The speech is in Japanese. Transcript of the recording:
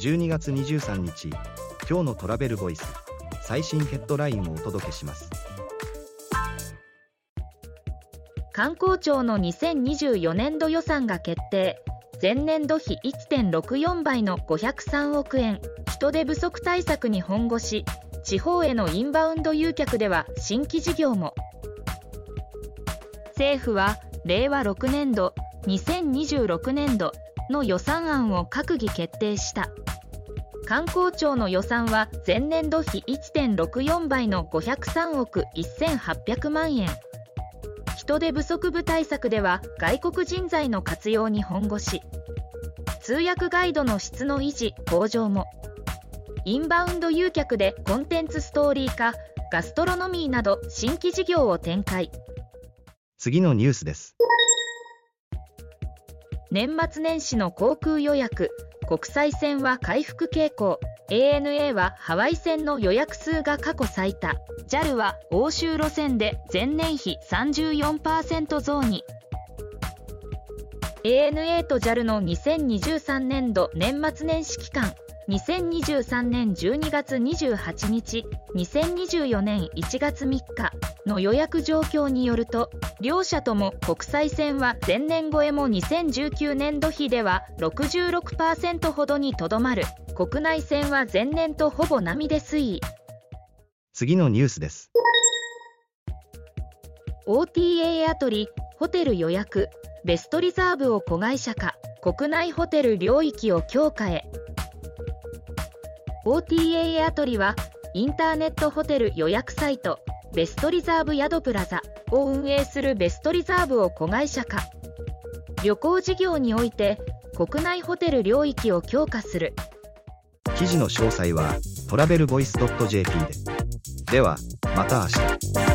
12月23日、今日のトラベルボイス、最新ヘッドラインをお届けします。 観光庁の2024年度予算が決定。前年度比 1.64 倍の503億円。人手不足対策に本腰。地方へのインバウンド誘客では新規事業も。政府は令和6年度2026年度の予算案を閣議決定した。観光庁の予算は前年度比 1.64 倍の503億1800万円。人手不足部対策では外国人材の活用に本腰。通訳ガイドの質の維持向上も。インバウンド誘客でコンテンツストーリー化、ガストロノミーなど新規事業を展開。 次のニュースです。 年末年始の航空予約、国際線は回復傾向。ANA はハワイ線の予約数が過去最多。JAL は欧州路線で前年比 34% 増に。ANA と JAL の2023年度年末年始期間、2023年12月28日、2024年1月3日の予約状況によると、両社とも国際線は前年超えも2019年度比では 66% ほどにとどまる。国内線は前年とほぼ並で推移。 次のニュースです。 OTA アプリ、ホテル予約、ベストリザーブを子会社化、国内ホテル領域を強化へ。OTA アプリはインターネットホテル予約サイトベストリザーブ宿プラザを運営するベストリザーブを子会社化。旅行事業において国内ホテル領域を強化する。 記事の詳細はトラベルボイス .jp で。ではまた明日。